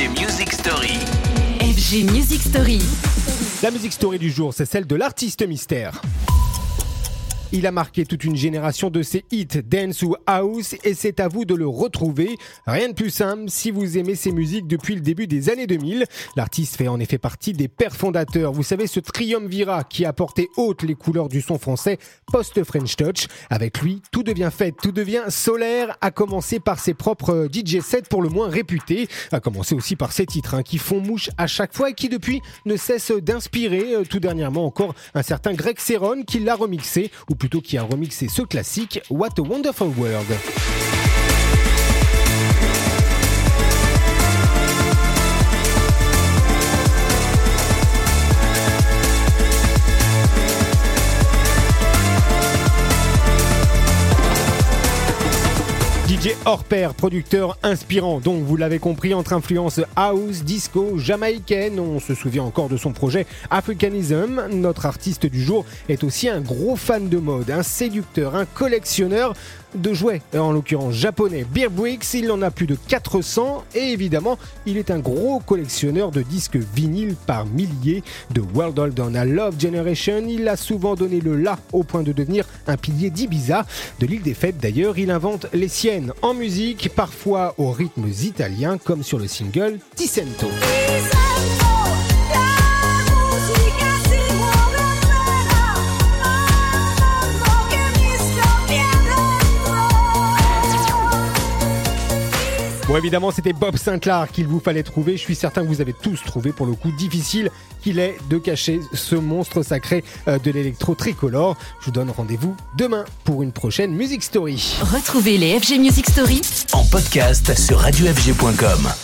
FG Music Story. FG Music Story. La music story du jour, c'est celle de l'artiste mystère. Il a marqué toute une génération de ses hits dance ou house et c'est à vous de le retrouver. Rien de plus simple si vous aimez ses musiques depuis le début des années 2000. L'artiste fait en effet partie des pères fondateurs. Vous savez, ce triumvirat qui a porté haute les couleurs du son français post-French Touch. Avec lui, tout devient fête, tout devient solaire, à commencer par ses propres DJ sets pour le moins réputés. À commencer aussi par ses titres qui font mouche à chaque fois et qui depuis ne cessent d'inspirer. Tout dernièrement encore un certain Greg Serron qui l'a remixé, ou plutôt qui a remixé ce classique What a Wonderful World. DJ hors pair, producteur inspirant, donc vous l'avez compris, entre influences house, disco, jamaïcaine. On se souvient encore de son projet Africanism. Notre artiste du jour est aussi un gros fan de mode, un séducteur, un collectionneur de jouets, en l'occurrence japonais Beer Bricks. Il en a plus de 400 et évidemment il est un gros collectionneur de disques vinyles par milliers. De World Old on a Love Generation, il a souvent donné le la au point de devenir un pilier d'Ibiza. De l'île des Fêtes d'ailleurs, il invente les siennes en musique, parfois aux rythmes italiens comme sur le single Ti Sento. Bon, évidemment, c'était Bob Sinclair qu'il vous fallait trouver. Je suis certain que vous avez tous trouvé, pour le coup, difficile qu'il est de cacher ce monstre sacré de l'électro tricolore. Je vous donne rendez-vous demain pour une prochaine Music Story. Retrouvez les FG Music Story En podcast sur radiofg.com.